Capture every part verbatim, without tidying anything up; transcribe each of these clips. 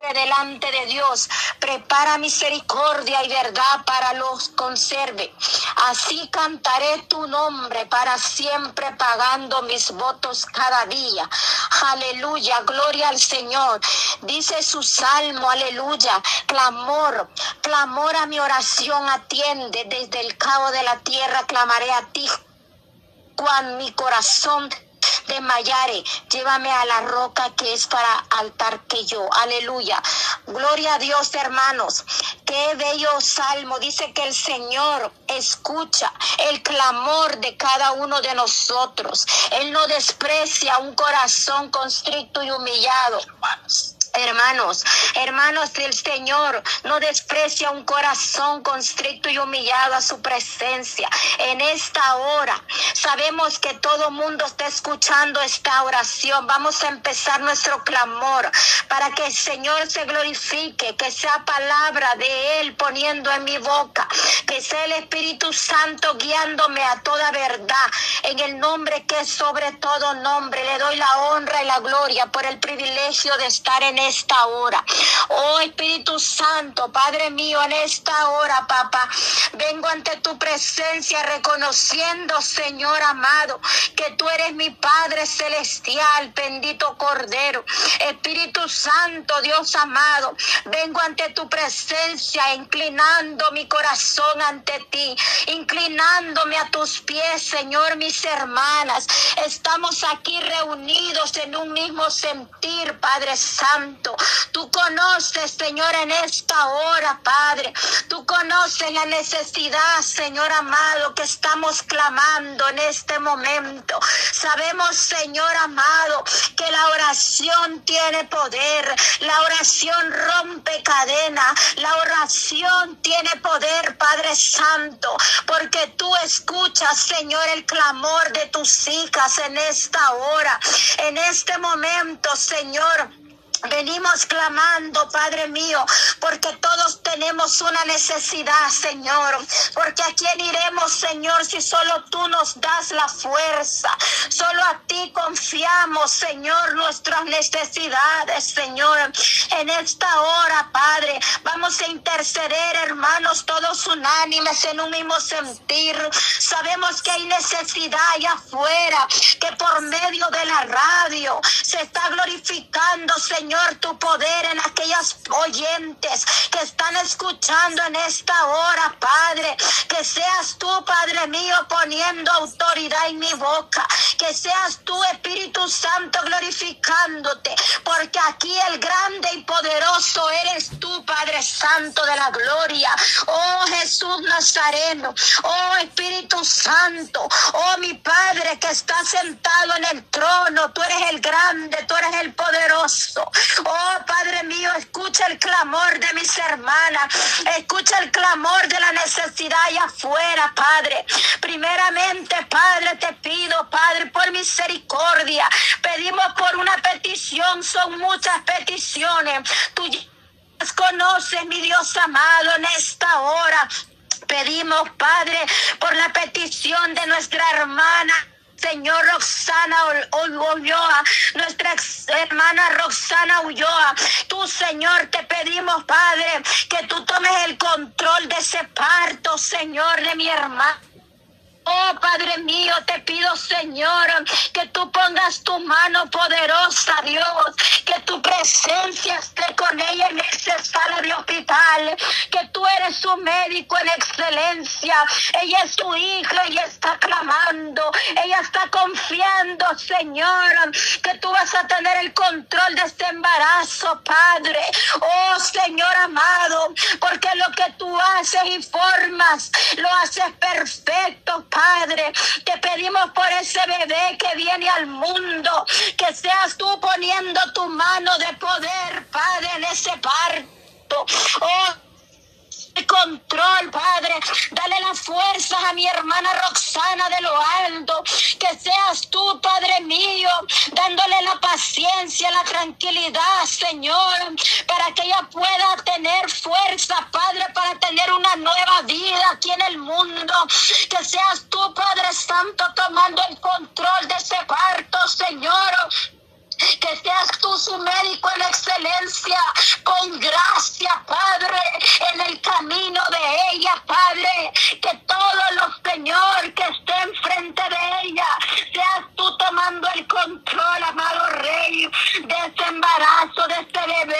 delante de Dios, prepara misericordia y verdad para los conserve. Así cantaré tu nombre para siempre, pagando mis votos cada día. Aleluya, gloria al Señor. Dice su salmo, aleluya, clamor, clamor a mi oración atiende. Desde el cabo de la tierra clamaré a ti. Cuando mi corazón desmayare, llévame a la roca que es para altar que yo. Aleluya. Gloria a Dios, hermanos. Qué bello salmo. Dice que el Señor escucha el clamor de cada uno de nosotros. Él no desprecia un corazón constricto y humillado. Hermanos. Hermanos, hermanos, el Señor no desprecia un corazón constricto y humillado a su presencia. En esta hora, sabemos que todo mundo está escuchando esta oración. Vamos a empezar nuestro clamor para que el Señor se glorifique, que sea palabra de Él poniendo en mi boca, que sea el Espíritu Santo guiándome a toda verdad. En el nombre que es sobre todo nombre, le doy la honra y la gloria por el privilegio de estar en esta hora. Oh Espíritu Santo, Padre mío, en esta hora, papá, vengo ante tu presencia reconociendo, Señor amado, que tú eres mi Padre celestial, bendito Cordero. Espíritu Santo, Dios amado, vengo ante tu presencia inclinando mi corazón ante ti, inclinándome a tus pies, Señor. Mis hermanas, estamos aquí reunidos en un mismo sentir, Padre Santo. Tú conoces, Señor, en esta hora, Padre. Tú conoces la necesidad, Señor amado, que estamos clamando en este momento. Sabemos, Señor amado, que la oración tiene poder. La oración rompe cadena. La oración tiene poder, Padre Santo, porque tú escuchas, Señor, el clamor de tus hijas en esta hora, en este momento, Señor. Venimos clamando, Padre mío, porque todos tenemos una necesidad, Señor. Porque a quién iremos, Señor, si solo tú nos das la fuerza. Solo a ti confiamos, Señor, nuestras necesidades, Señor. En esta hora, Padre, vamos a interceder, hermanos, todos unánimes en un mismo sentir. Sabemos que hay necesidad allá afuera, que por medio de la radio se está glorificando, Señor, Señor, tu poder en aquellas oyentes que están escuchando en esta hora, Padre. Que seas tú, Padre mío, poniendo autoridad en mi boca. Que seas tú, Espíritu Santo, glorificándote. Porque aquí el grande y poderoso eres tú, Padre Santo de la gloria. Oh Jesús Nazareno. Oh Espíritu Santo. Oh mi Padre que está sentado en el trono. Tú eres el grande, tú eres el poderoso. Oh Padre mío, escucha el clamor de mis hermanas, escucha el clamor de la necesidad allá afuera, Padre. Primeramente, Padre, te pido, Padre, por misericordia. Pedimos por una petición, son muchas peticiones. Tú conoces, mi Dios amado, en esta hora. Pedimos, Padre, por la petición de nuestra hermana, Señor, Roxana Ulloa, nuestra hermana Roxana Ulloa. Tú, Señor, te pedimos, Padre, que tú tomes el control de ese parto, Señor, de mi hermana. Oh, Padre mío, te pido, Señor, que tú pongas tu mano poderosa, Dios, que tu presencia esté con ella en esa sala de hospital, que tú eres su médico en excelencia. Ella es tu hija, ella está clamando, ella está confiando, Señor, que tú vas a tener el control de este embarazo, Padre. Oh, Señor amado, porque lo que tú haces y formas, lo haces perfecto, Padre. Te pedimos por ese bebé que viene al mundo, que seas tú poniendo tu mano de poder, Padre, en ese parto. Oh, control, Padre. Dale las fuerzas a mi hermana Roxana de lo alto. Que seas tú, Padre mío, dándole la paciencia, la tranquilidad, Señor, para que ella pueda tener fuerza, Padre, para tener una nueva vida aquí en el mundo. Que seas tú, Padre Santo, tomando el control de ese parto, Señor. Que seas tú su médico en excelencia,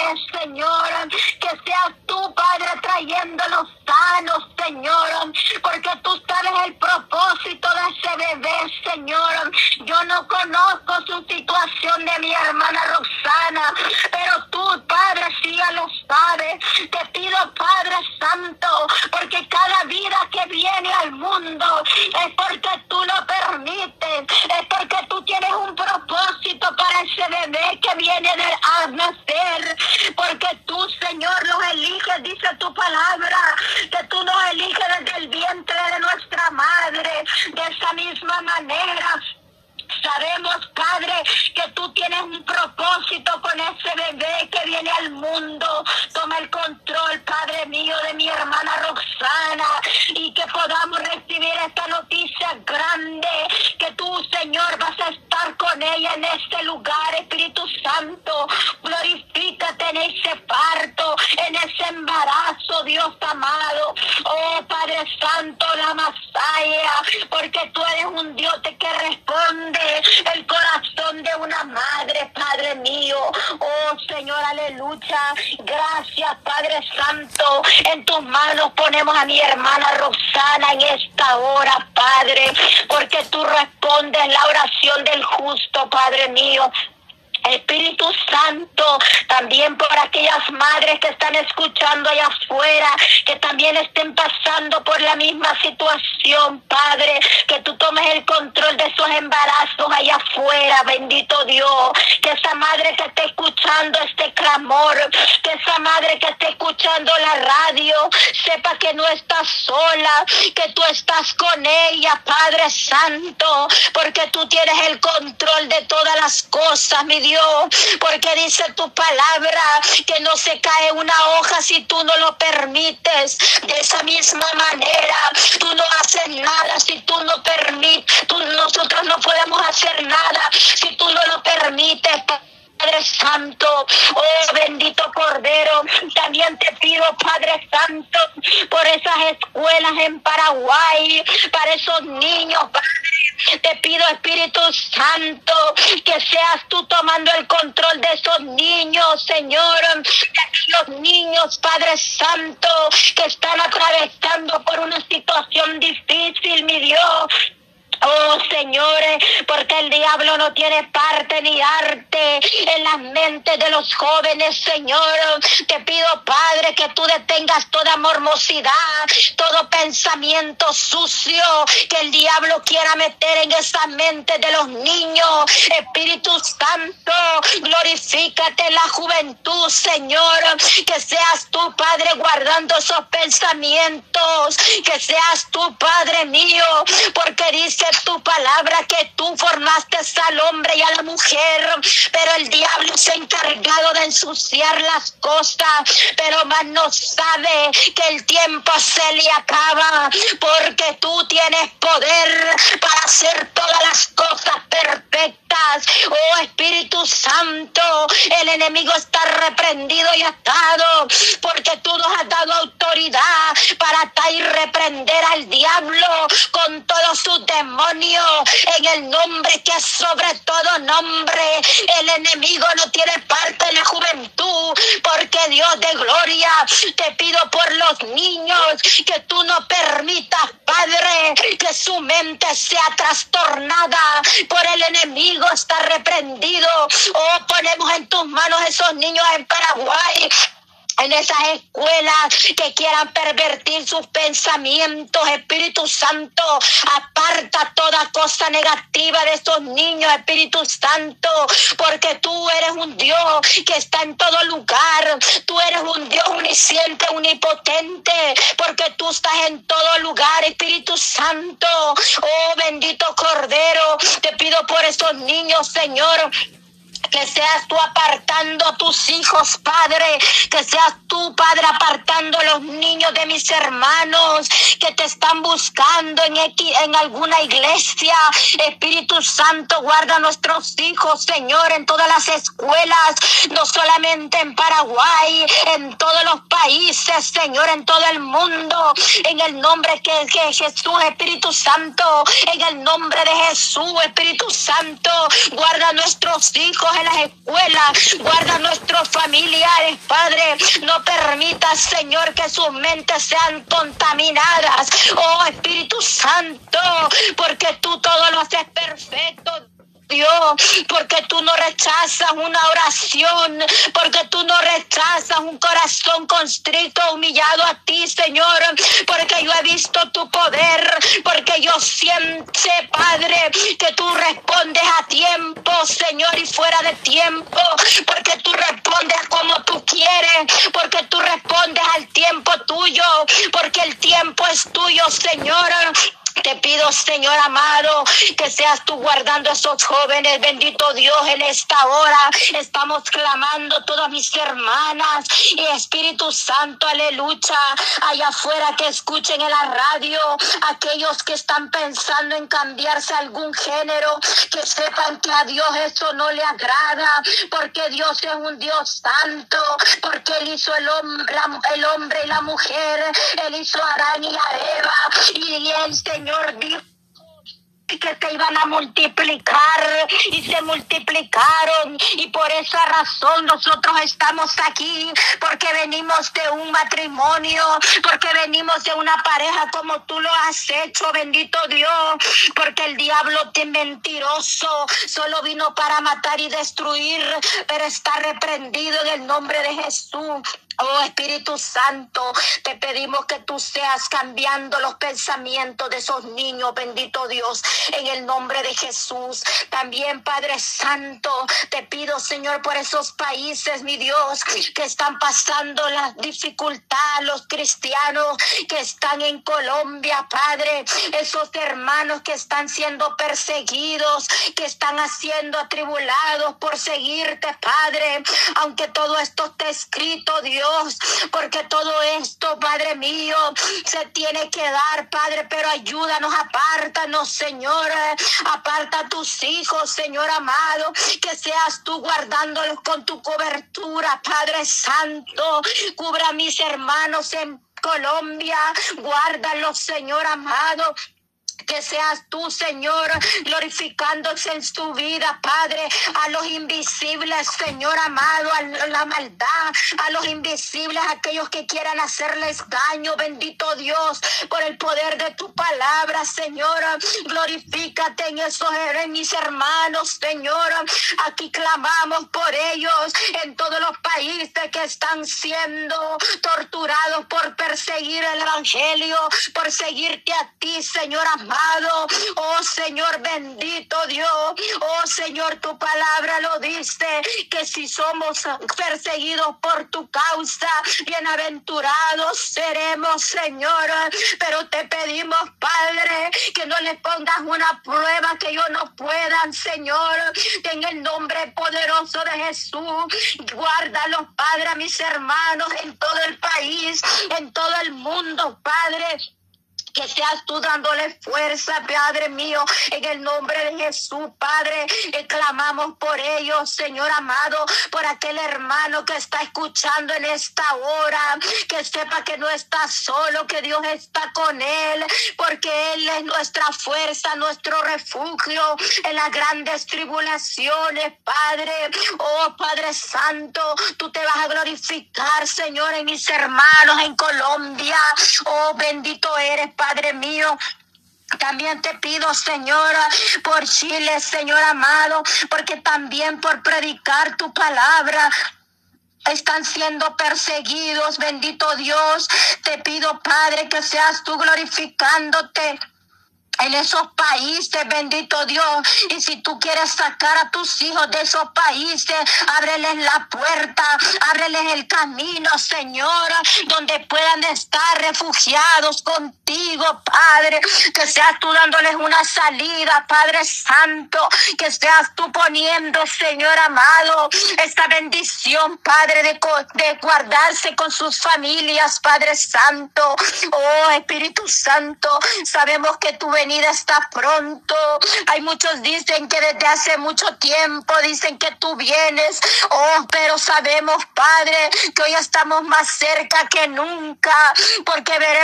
bebé, Señor. Que seas tú, Padre, trayéndolos sanos, Señor. Porque tú sabes el propósito de ese bebé, Señor. Yo no conozco su situación de mi hermana Roxana, pero tú, Padre, sí ya lo sabes. Te pido, Padre Santo, porque cada vida que viene al mundo es porque tú lo permites, es porque tú tienes un propósito para ese bebé que viene a nacer, porque tú, Señor, los eliges, dice tu palabra, que tú nos eliges desde el vientre de nuestra madre. De esa misma manera sabemos, Padre, que tú tienes un propósito con ese bebé que viene al mundo. Toma el control, Padre mío, de mi hermana Roxana, y que podamos recibir esta noticia grande, que tú, Señor, vas a estar con ella en este lugar. Espíritu Santo, glorifícate en ese parto, en ese embarazo, Dios amado. Oh, Padre Santo, la Masaya, porque tú eres un Dios que responde el corazón de una madre, Padre mío. Oh, Señor, aleluya. Gracias, Padre Santo. En tus manos ponemos a mi hermana Roxana en esta hora, Padre, porque tú respondes la oración del justo, Padre mío. Espíritu Santo, también por aquellas madres que están escuchando allá afuera, que también estén pasando por la misma situación, Padre, que tú tomes el control de esos embarazos allá afuera, bendito Dios, que esa madre que esté escuchando este clamor, que esa madre que esté escuchando la radio, sepa que no estás sola, que tú estás con ella, Padre Santo, porque tú tienes el control de todas las cosas, mi Dios. Porque dice tu palabra que no se cae una hoja si tú no lo permites. De esa misma manera, tú no haces nada si tú no permites. Tú, nosotros no podemos hacer nada si tú no lo permites, Padre Santo. Oh, bendito Cordero, también te pido, Padre Santo, por esas escuelas en Paraguay, para esos niños, Padre. Te pido, Espíritu Santo, que seas tú tomando el control de esos niños, Señor, de aquellos niños, Padre Santo, que están atravesando por una situación difícil, mi Dios. Oh, señores, porque el diablo no tiene parte ni arte en las mentes de los jóvenes, Señor. Te pido, Padre, que tú detengas toda morbosidad, todo pensamiento sucio que el diablo quiera meter en esa mente de los niños. Espíritu Santo, glorifícate en la juventud, Señor. Que seas tú, Padre, guardando esos pensamientos. Que seas tú, Padre mío, porque dice tu palabra que tú formaste al hombre y a la mujer, pero el diablo se ha encargado de ensuciar las cosas, pero más no sabe que el tiempo se le acaba, porque tú tienes poder para hacer todas las cosas perfectas. Oh, Espíritu Santo, el enemigo está reprendido y atado, porque tú nos has dado autoridad para atar y reprender al diablo con todos sus demonios. En el nombre que es sobre todo nombre, el enemigo no tiene parte en la juventud, porque Dios de gloria, te pido por los niños, que tú no permitas, Padre, que su mente sea trastornada por el enemigo. Está reprendido. Oh, ponemos en tus manos esos niños en Paraguay, en esas escuelas que quieran pervertir sus pensamientos. Espíritu Santo, aparta toda cosa negativa de estos niños, Espíritu Santo, porque tú eres un Dios que está en todo lugar. Tú eres un Dios omnisciente, omnipotente, porque tú estás en todo lugar, Espíritu Santo. Oh, bendito Cordero, te pido por estos niños, Señor, que seas tú apartando a tus hijos, Padre, que seas tú, Padre, apartando a los niños de mis hermanos que te están buscando en, en alguna iglesia. Espíritu Santo, guarda a nuestros hijos, Señor, en todas las escuelas, no solamente en Paraguay, en todos los países, Señor, en todo el mundo, en el nombre que es Jesús, Espíritu Santo, en el nombre de Jesús, Espíritu Santo, guarda a nuestros hijos en las escuelas, guarda a nuestros familiares, Padre. No permitas, Señor, que sus mentes sean contaminadas. Oh Espíritu Santo, porque tú todo lo haces perfecto, Dios, porque tú no rechazas una oración, porque tú no rechazas un corazón constrito, humillado a ti, Señor, porque yo he visto tu poder, porque yo siento, Padre, que tú respondes a tiempo, Señor, y fuera de tiempo, porque tú respondes como tú quieres, porque tú respondes al tiempo tuyo, porque el tiempo es tuyo, Señor. Te pido, Señor amado, que seas tú guardando a esos jóvenes, bendito Dios, en esta hora. Estamos clamando todas mis hermanas y Espíritu Santo, aleluya, allá afuera que escuchen en la radio, aquellos que están pensando en cambiarse a algún género, que sepan que a Dios eso no le agrada, porque Dios es un Dios santo, porque Él hizo el hombre, el hombre y la mujer, Él hizo a Adán y a Eva, y el Señor Señor dijo que se iban a multiplicar y se multiplicaron, y por esa razón nosotros estamos aquí, porque venimos de un matrimonio, porque venimos de una pareja como tú lo has hecho, bendito Dios, porque el diablo es mentiroso, solo vino para matar y destruir, pero está reprendido en el nombre de Jesús. Oh Espíritu Santo, te pedimos que tú seas cambiando los pensamientos de esos niños, bendito Dios, en el nombre de Jesús. También, Padre Santo, te pido, Señor, por esos países, mi Dios, que están pasando la dificultad, los cristianos que están en Colombia, Padre, esos hermanos que están siendo perseguidos, que están siendo atribulados por seguirte, Padre, aunque todo esto esté escrito, Dios, porque todo esto, Padre mío, se tiene que dar, Padre, pero ayúdanos, apártanos, Señor, aparta a tus hijos, Señor amado, que seas tú guardándolos con tu cobertura, Padre Santo. Cubra a mis hermanos en Colombia, guárdalos, Señor amado. Que seas tú, Señor, glorificándose en su vida, Padre, a los invisibles, Señor amado, a la maldad, a los invisibles, a aquellos que quieran hacerles daño, bendito Dios, por el poder de tu palabra, Señor, glorifícate en esos en mis hermanos, Señor, aquí clamamos por ellos, en todos los países que están siendo torturados por perseguir el evangelio, por seguirte a ti, Señor amado. Oh Señor bendito Dios, oh Señor, tu palabra lo dice, que si somos perseguidos por tu causa, bienaventurados seremos, Señor. Pero te pedimos, Padre, que no les pongas una prueba que ellos no puedan, Señor, en el nombre poderoso de Jesús. Guárdalos, Padre, a mis hermanos en todo el país, en todo el mundo, Padre. Que seas tú dándole fuerza, Padre mío, en el nombre de Jesús, Padre. Y clamamos por ellos, Señor amado, por aquel hermano que está escuchando en esta hora, que sepa que no está solo, que Dios está con él, porque Él es nuestra fuerza, nuestro refugio en las grandes tribulaciones, Padre. Oh, Padre Santo, tú te vas a glorificar, Señor, en mis hermanos en Colombia. Oh, bendito eres, Padre. Padre mío. También te pido, Señor, por Chile, Señor amado, porque también por predicar tu palabra están siendo perseguidos, bendito Dios. Te pido, Padre, que seas tú glorificándote en esos países, bendito Dios. Y si tú quieres sacar a tus hijos de esos países, ábreles la puerta, ábreles el camino, Señor, donde puedan estar refugiados contigo, Padre. Que seas tú dándoles una salida, Padre Santo. Que seas tú poniendo, Señor amado, esta bendición, Padre, de, de guardarse con sus familias, Padre Santo. Oh, Espíritu Santo, sabemos que tú venís está pronto. Hay muchos dicen que desde hace mucho tiempo dicen que tú vienes. Oh, pero sabemos, Padre, que hoy estamos más cerca que nunca, porque veremos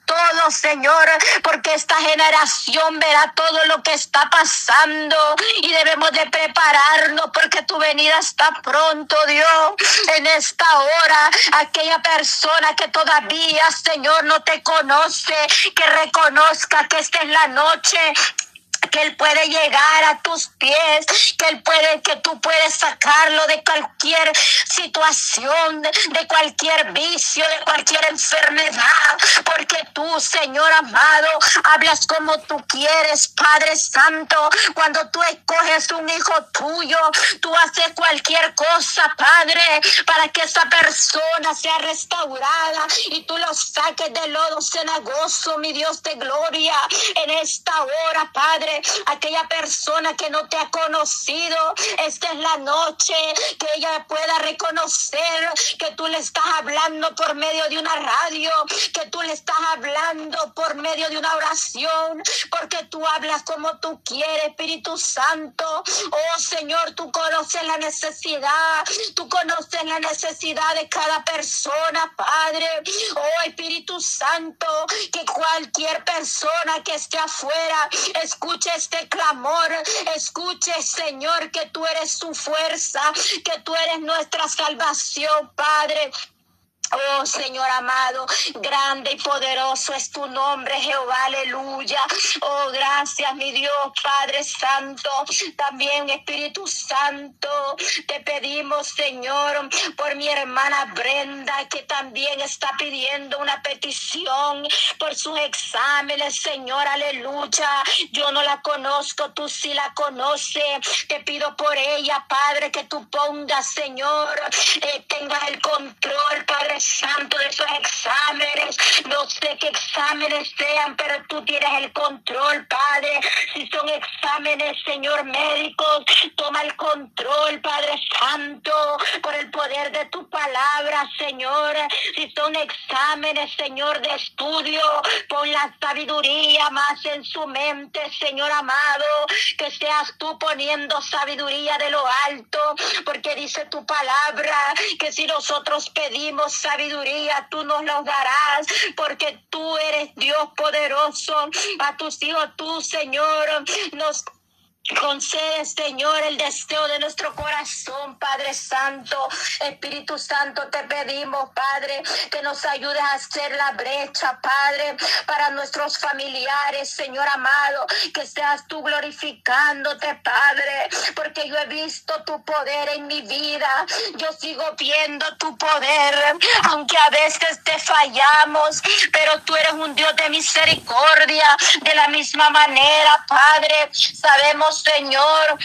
todo, Señor, porque esta generación verá todo lo que está pasando y debemos de prepararnos porque tu venida está pronto, Dios. En esta hora, aquella persona que todavía, Señor, no te conoce, que reconozca que esta es la noche, que Él puede llegar a tus pies, que Él puede, que tú puedes sacarlo de cualquier situación, de, de cualquier vicio, de cualquier enfermedad, porque tú, Señor amado, hablas como tú quieres, Padre Santo. Cuando tú escoges un hijo tuyo, tú haces cualquier cosa, Padre, para que esa persona sea restaurada y tú lo saques del lodo cenagoso, mi Dios de gloria. En esta hora, Padre, aquella persona que no te ha conocido, esta es la noche que ella pueda reconocer que tú le estás hablando por medio de una radio, que tú le estás hablando por medio de una oración, porque tú hablas como tú quieres, Espíritu Santo. Oh Señor, tú conoces la necesidad, tú conoces la necesidad de cada persona, Padre. Oh Espíritu Santo, que cualquier persona que esté afuera escuche este clamor, escuche, Señor, que tú eres su fuerza, que tú eres nuestra salvación, Padre. Oh Señor amado, grande y poderoso es tu nombre, Jehová, aleluya. Oh, gracias, mi Dios, Padre Santo. También, Espíritu Santo, te pedimos, Señor, por mi hermana Brenda, que también está pidiendo una petición por sus exámenes, Señor, aleluya. Yo no la conozco, tú sí la conoces. Te pido por ella, Padre, que tú pongas, Señor, eh, tengas el control, Padre Santo, de esos exámenes. No sé qué exámenes sean, pero tú tienes el control, Padre. Si son exámenes, Señor, médicos, toma el control, Padre Santo, por el poder de tu palabra, Señor. Si son exámenes, Señor, de estudio, pon la sabiduría más en su mente, Señor amado, que seas tú poniendo sabiduría de lo alto, porque dice tu palabra que si nosotros pedimos sabiduría, tú nos lo darás, porque tú eres Dios poderoso. A tus hijos tú, Señor, nos concede, Señor, el deseo de nuestro corazón, Padre Santo. Espíritu Santo, te pedimos, Padre, que nos ayudes a hacer la brecha, Padre, para nuestros familiares, Señor amado, que seas tú glorificándote, Padre, porque yo he visto tu poder en mi vida, yo sigo viendo tu poder, aunque a veces te fallamos, pero tú eres un Dios de misericordia. De la misma manera, Padre, sabemos, Señor,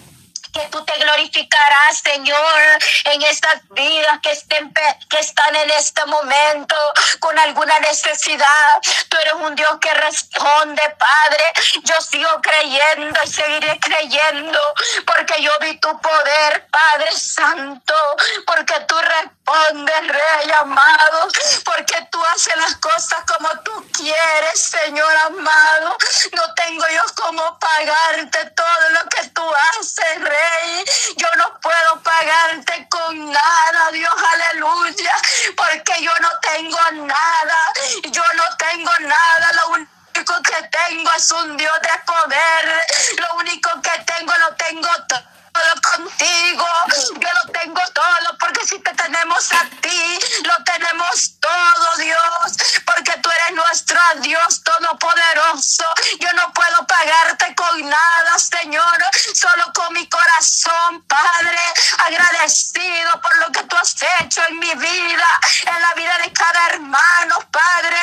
que tú te glorificarás, Señor, en estas vidas que estén que están en este momento con alguna necesidad. Tú eres un Dios que responde, Padre. Yo sigo creyendo y seguiré creyendo, porque yo vi tu poder, Padre Santo, porque tú respondes, Rey amado, porque tú haces las cosas como tú quieres, Señor amado. No tengo yo cómo pagarte todo lo que tú haces, Rey. Yo no puedo pagarte con nada, Dios, aleluya, porque yo no tengo nada, yo no tengo nada, lo único que tengo es un Dios de poder, lo único que tengo lo tengo todo contigo, yo lo tengo todo, porque si te tenemos a ti, lo tenemos todo, Dios, porque tú eres nuestro Dios todopoderoso. Yo no puedo pagarte con nada, Señor, solo con mi corazón, Padre, agradecido por lo que tú has hecho en mi vida, en la vida de cada hermano, Padre.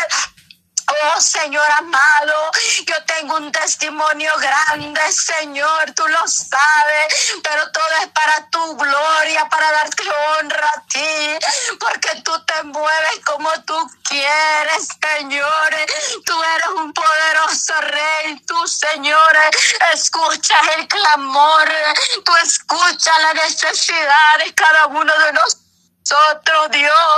Oh Señor amado, yo tengo un testimonio grande, Señor, tú lo sabes, pero todo es para tu gloria, para darte honra a ti, porque tú te mueves como tú quieres, Señor. Tú eres un poderoso Rey, tú, Señor, escuchas el clamor, tú escuchas la necesidad de cada uno de nosotros, Dios.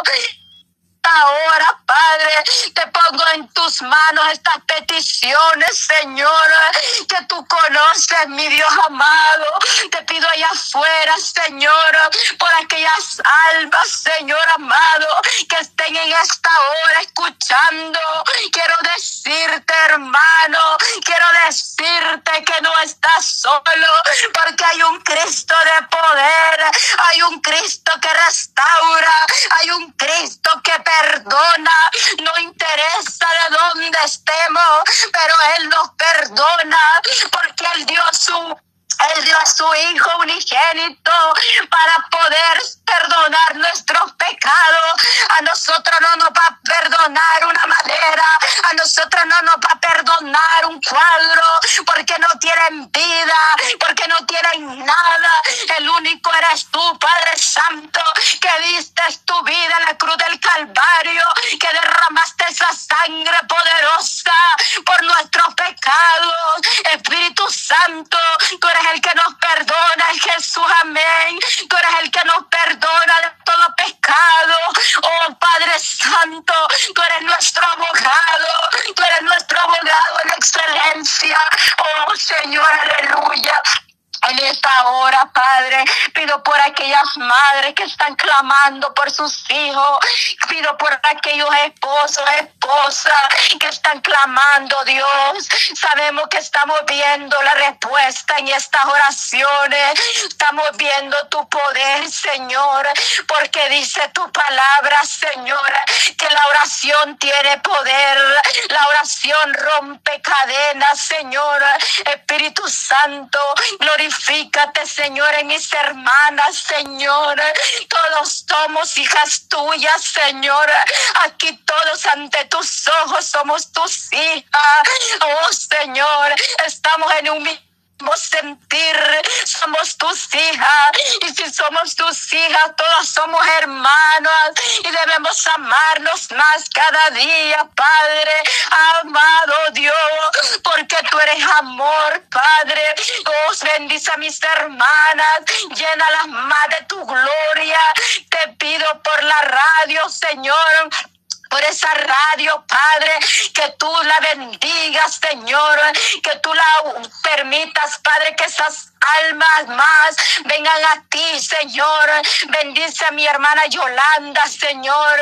Ahora, Padre, te pongo en tus manos estas peticiones, Señor, que tú conoces, mi Dios amado. Te pido allá afuera, Señor, por aquellas almas, Señor amado, que estén en esta hora escuchando, quiero decirte, hermano, quiero decirte que no estás solo, porque hay un Cristo de poder, hay un Cristo que restaura, hay un Cristo que perdona. No interesa de dónde estemos, pero Él nos perdona, porque Él dio su Él dio a su Hijo unigénito para poder perdonar nuestros pecados. A nosotros no nos va a perdonar una madera, a nosotros no nos va a perdonar un cuadro, porque no tienen vida, porque no tienen nada. El único eres tú, Padre Santo, que diste tu vida en la cruz del Calvario, que derramaste esa sangre poderosa por nuestros pecados. Espíritu Santo, tú eres el que nos perdona, Jesús, amén. Tú eres el que nos perdona de todo pecado. Oh Padre Santo, tú eres nuestro abogado, tú eres nuestro abogado en excelencia. Oh Señor, aleluya. En esta hora, Padre, pido por aquellas madres que están clamando por sus hijos. Pido por aquellos esposos, esposas que están clamando, Dios. Sabemos que estamos viendo la respuesta en estas oraciones. Estamos viendo tu poder, Señor, porque dice tu palabra, Señor, que la oración tiene poder. La oración rompe cadenas, Señor. Espíritu Santo, glorifica. Glorifícate, Señor, en mis hermanas, Señor. Todos somos hijas tuyas, Señor. Aquí todos ante tus ojos somos tus hijas. Oh, Señor, estamos en un sentir, somos tus hijas, y si somos tus hijas, todas somos hermanas y debemos amarnos más cada día, Padre, amado Dios, porque tú eres amor, Padre. Oh, bendice a mis hermanas, llénalas más de tu gloria. Te pido por la radio, Señor, por esa radio, Padre, que tú la bendigas, Señor, que tú la permitas, Padre, que esas almas más vengan a ti, Señor. Bendice a mi hermana Yolanda, Señor.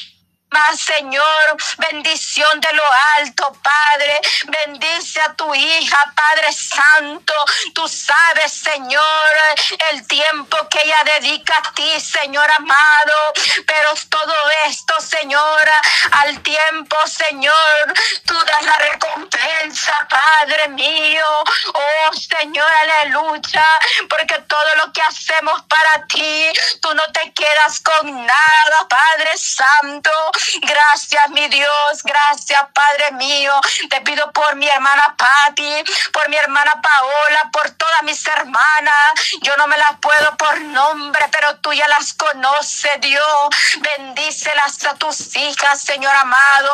Más, Señor, bendición de lo alto, Padre. Bendice a tu hija, Padre Santo. Tú sabes, Señor, el tiempo que ella dedica a ti, Señor amado. Pero todo esto, Señor, al tiempo, Señor, tú das la recompensa, Padre mío. Oh, Señor, aleluya. Porque todo lo que hacemos para ti, tú no te quedas con nada, Padre Santo. Gracias, mi Dios, gracias, Padre mío. Te pido por mi hermana Patti, por mi hermana Paola, por todas mis hermanas. Yo no me las puedo por nombre, pero tú ya las conoces, Dios. Bendícelas a tus hijas, Señor amado.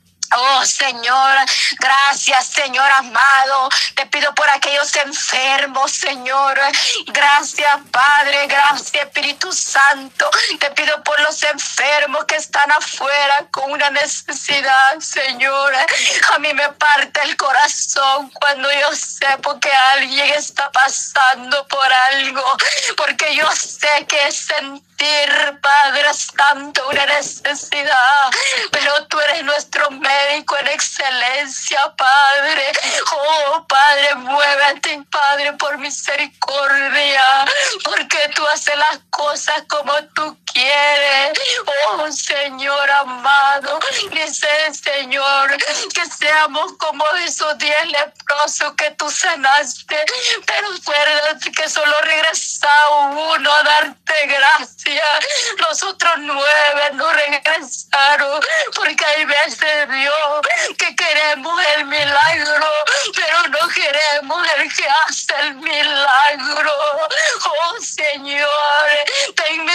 Oh, Señor, gracias, Señor amado. Te pido por aquellos enfermos, Señor. Gracias, Padre, gracias, Espíritu Santo. Te pido por los enfermos que están afuera con una necesidad, Señor. A mí me parte el corazón cuando yo sé porque alguien está pasando por algo, porque yo sé que es sentir, Padre Santo, una necesidad, pero tú eres nuestro médico en excelencia, Padre. Oh, Padre, muévete, Padre, por misericordia, porque tú haces las cosas como tú quieres. Oh, Señor amado, dice el Señor que seamos como esos diez leprosos que tú sanaste, pero acuérdate que solo regresaba uno a darte gracia. Los otros nueve no regresaron, porque hay veces, Dios, que queremos el milagro, pero no queremos el que hace el milagro. Oh, Señor, ten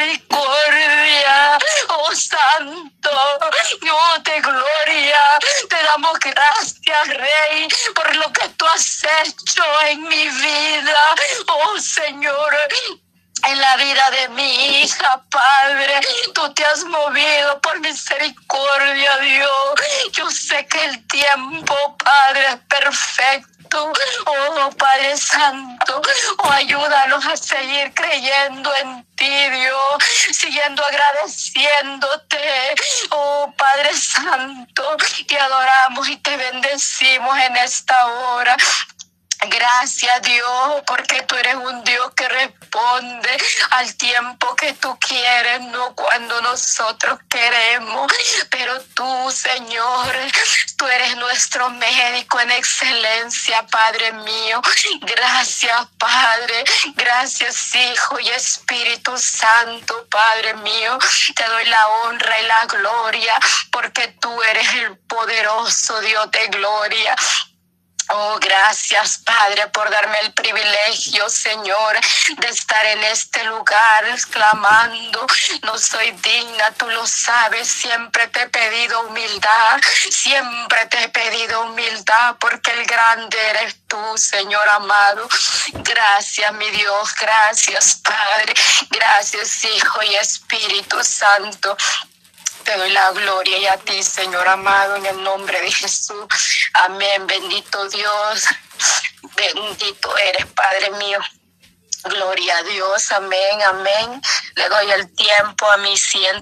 misericordia. Oh, Santo, oh, de gloria, te damos gracias, Rey, por lo que tú has hecho en mi vida. Oh, Señor, en la vida de mi hija, Padre, tú te has movido por misericordia, Dios. Yo sé que el tiempo, Padre, es perfecto. Oh, Padre Santo, oh, ayúdanos a seguir creyendo en ti, Dios, siguiendo agradeciéndote. Oh, Santo. Te adoramos y te bendecimos en esta hora. Gracias, Dios, porque tú eres un Dios que responde al tiempo que tú quieres, no cuando nosotros queremos. Pero tú, Señor, tú eres nuestro médico en excelencia, Padre mío. Gracias, Padre. Gracias, Hijo y Espíritu Santo, Padre mío. Te doy la honra y la gloria, porque tú eres el poderoso Dios de gloria. Oh, gracias, Padre, por darme el privilegio, Señor, de estar en este lugar clamando. No soy digna, tú lo sabes. Siempre te he pedido humildad, siempre te he pedido humildad, porque el grande eres tú, Señor amado. Gracias, mi Dios, gracias, Padre. Gracias, Hijo y Espíritu Santo. Te doy la gloria y a ti, Señor amado, en el nombre de Jesús. Amén. Bendito Dios. Bendito eres, Padre mío. Gloria a Dios. Amén, amén. Le doy el tiempo a mi ciento.